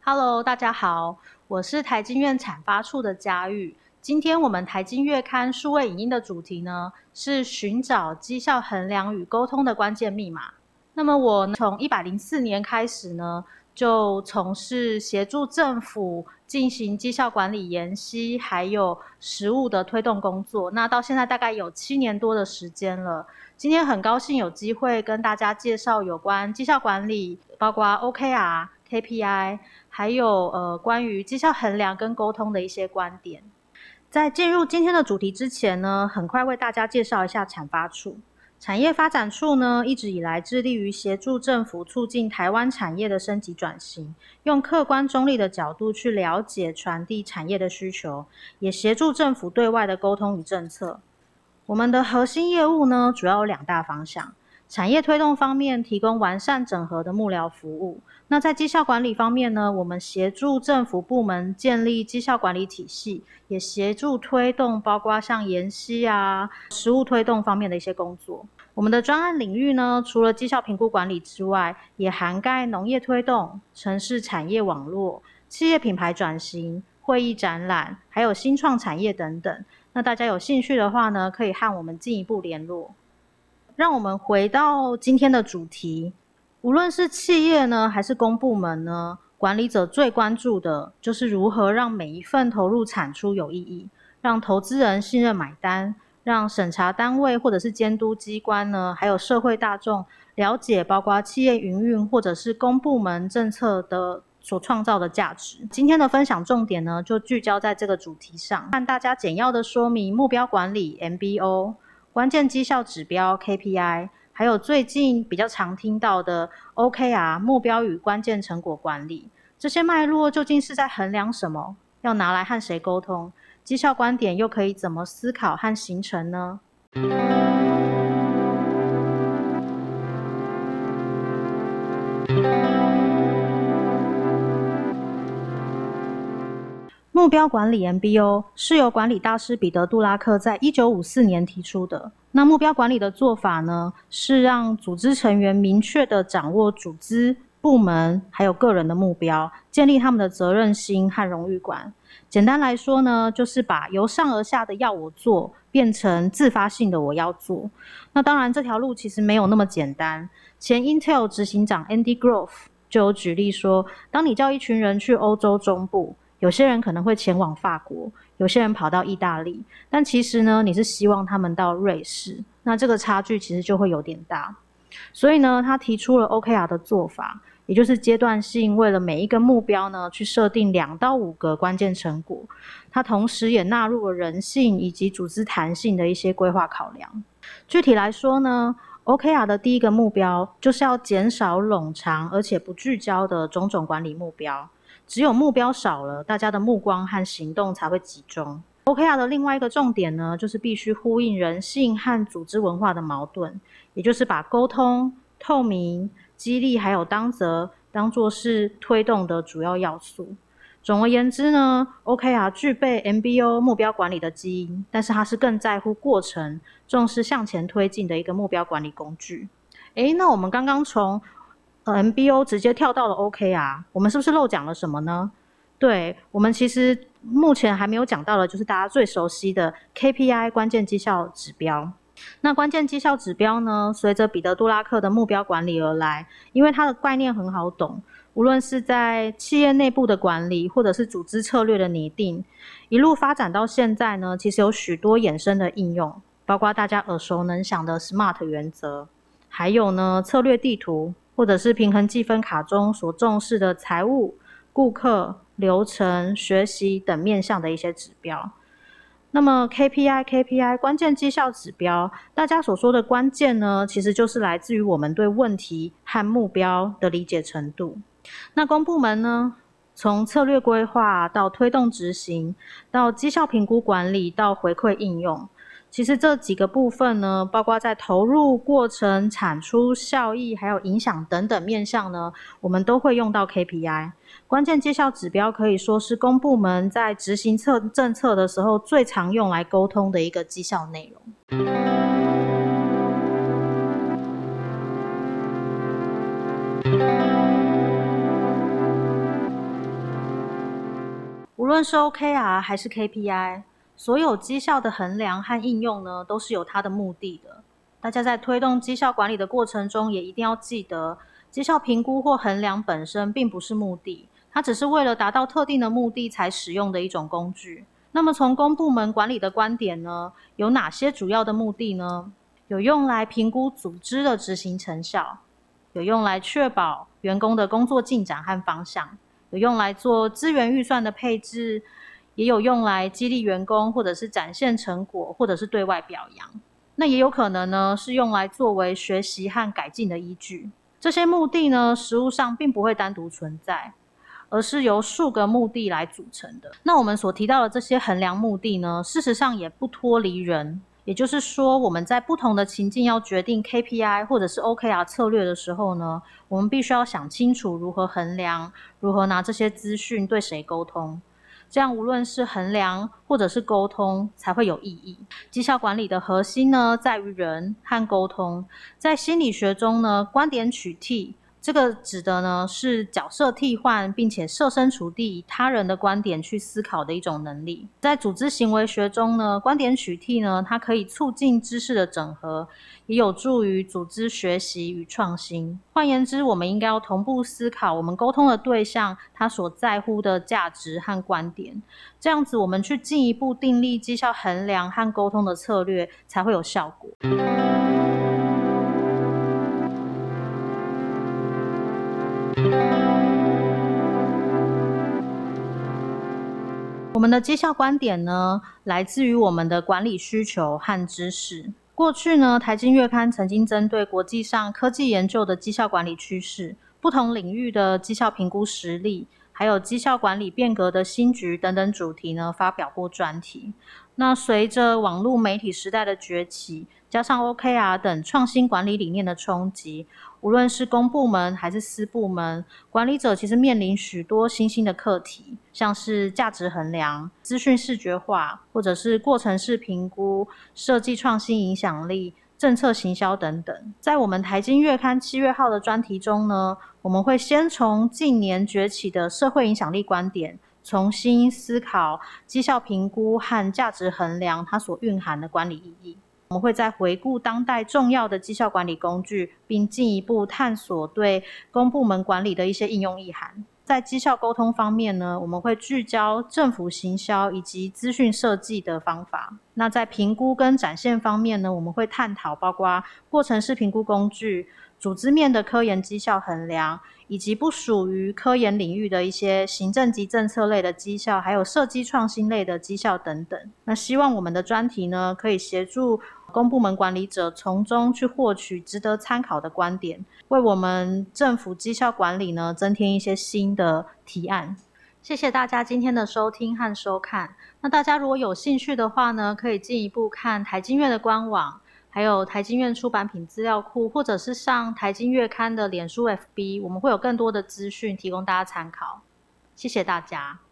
Hello，大家好，我是台经院产发处的嘉玉。今天我们台经月刊数位影音的主题呢，是寻找绩效衡量与沟通的关键密码。那么我从104年开始呢，就从事协助政府进行绩效管理研析，还有实务的推动工作。那到现在大概有7年多的时间了。今天很高兴有机会跟大家介绍有关绩效管理，包括 OKR、KPI， 还有关于绩效衡量跟沟通的一些观点。在进入今天的主题之前呢，很快为大家介绍一下产发处。产业发展处呢，一直以来致力于协助政府促进台湾产业的升级转型，用客观中立的角度去了解传递产业的需求，也协助政府对外的沟通与政策。我们的核心业务呢，主要有2大方向。产业推动方面，提供完善整合的幕僚服务。那在绩效管理方面呢，我们协助政府部门建立绩效管理体系，也协助推动包括像研析实务推动方面的一些工作。我们的专案领域呢，除了绩效评估管理之外，也涵盖农业推动、城市产业网络、企业品牌转型、会议展览，还有新创产业等等。那大家有兴趣的话呢，可以和我们进一步联络。让我们回到今天的主题，无论是企业呢，还是公部门呢，管理者最关注的就是如何让每一份投入产出有意义，让投资人信任买单，让审查单位或者是监督机关呢，还有社会大众了解包括企业营运或者是公部门政策的所创造的价值。今天的分享重点呢，就聚焦在这个主题上，和大家简要的说明目标管理 MBO、关键绩效指标 KPI， 还有最近比较常听到的 OKR 目标与关键成果管理。这些脉络究竟是在衡量什么？要拿来和谁沟通？绩效观点又可以怎么思考和形成呢？目标管理 MBO 是由管理大师彼得·杜拉克在1954年提出的。那目标管理的做法呢，是让组织成员明确地掌握组织、部门还有个人的目标，建立他们的责任心和荣誉感。简单来说呢，就是把由上而下的要我做，变成自发性的我要做。那当然这条路其实没有那么简单。前 Intel 执行长 Andy Grove 就有举例说，当你叫一群人去欧洲中部，有些人可能会前往法国，有些人跑到意大利，但其实呢，你是希望他们到瑞士，那这个差距其实就会有点大。所以呢，他提出了 OKR 的做法，也就是阶段性为了每一个目标呢，去设定2到5个关键成果。它同时也纳入了人性以及组织弹性的一些规划考量。具体来说呢，OKR 的第一个目标就是要减少冗长而且不聚焦的种种管理目标。只有目标少了，大家的目光和行动才会集中。OKR 的另外一个重点呢，就是必须呼应人性和组织文化的矛盾，也就是把沟通、透明、激励还有当责当作是推动的主要要素。总而言之呢， OKR 具备 MBO 目标管理的基因，但是它是更在乎过程，重视向前推进的一个目标管理工具。那我们刚刚从MBO 直接跳到了 OKR， 我们是不是漏讲了什么呢？对，我们其实目前还没有讲到的，就是大家最熟悉的 KPI 关键绩效指标。那关键绩效指标呢，随着彼得·杜拉克的目标管理而来，因为它的概念很好懂，无论是在企业内部的管理，或者是组织策略的拟定，一路发展到现在呢，其实有许多衍生的应用，包括大家耳熟能详的 SMART 原则，还有呢策略地图，或者是平衡计分卡中所重视的财务、顾客、流程、学习等面向的一些指标。那么 KPI 关键绩效指标，大家所说的关键呢，其实就是来自于我们对问题和目标的理解程度。那公部门呢，从策略规划到推动执行，到绩效评估管理，到回馈应用，其实这几个部分呢，包括在投入过程、产出、效益还有影响等等面向呢，我们都会用到 KPI。关键绩效指标可以说是公部门在执行政策的时候最常用来沟通的一个绩效内容。 论是 OKR 还是 KPI， 所有绩效的衡量和应用呢，都是有它的目的的。大家在推动绩效管理的过程中，也一定要记得，绩效评估或衡量本身并不是目的，它只是为了达到特定的目的才使用的一种工具。那么从公部门管理的观点呢，有哪些主要的目的呢？有用来评估组织的执行成效，有用来确保员工的工作进展和方向，有用来做资源预算的配置，也有用来激励员工，或者是展现成果，或者是对外表扬。那也有可能呢，是用来作为学习和改进的依据。这些目的呢，实务上并不会单独存在，而是由数个目的来组成的。那我们所提到的这些衡量目的呢，事实上也不脱离人。也就是说，我们在不同的情境要决定 KPI 或者是 OKR 策略的时候呢，我们必须要想清楚如何衡量，如何拿这些资讯对谁沟通。这样无论是衡量或者是沟通才会有意义。绩效管理的核心呢，在于人和沟通。在心理学中呢，观点取替，这个指的呢是角色替换，并且设身处地以他人的观点去思考的一种能力。在组织行为学中呢，观点取替呢，它可以促进知识的整合，也有助于组织学习与创新。换言之，我们应该要同步思考我们沟通的对象他所在乎的价值和观点，这样子我们去进一步订立绩效衡量和沟通的策略才会有效果。我们的绩效观点呢，来自于我们的管理需求和知识。过去呢，台经月刊曾经针对国际上科技研究的绩效管理趋势、不同领域的绩效评估实例，还有绩效管理变革的新局等等主题呢，发表过专题。那随着网络媒体时代的崛起，加上 OKR 等创新管理理念的冲击，无论是公部门还是私部门，管理者其实面临许多新兴的课题，像是价值衡量、资讯视觉化，或者是过程式评估、设计创新影响力、政策行销等等。在我们台经月刊7月号的专题中呢，我们会先从近年崛起的社会影响力观点，重新思考绩效评估和价值衡量它所蕴含的管理意义。我们会再回顾当代重要的绩效管理工具，并进一步探索对公部门管理的一些应用意涵。在绩效沟通方面呢，我们会聚焦政府行销以及资讯设计的方法。那在评估跟展现方面呢，我们会探讨包括过程式评估工具、组织面的科研绩效衡量，以及不属于科研领域的一些行政及政策类的绩效，还有设计创新类的绩效等等。那希望我们的专题呢，可以协助公部门管理者从中去获取值得参考的观点，为我们政府绩效管理呢增添一些新的提案。谢谢大家今天的收听和收看。那大家如果有兴趣的话呢，可以进一步看台经院的官网，还有台经院出版品资料库，或者是上台经月刊的脸书 FB， 我们会有更多的资讯提供大家参考。谢谢大家。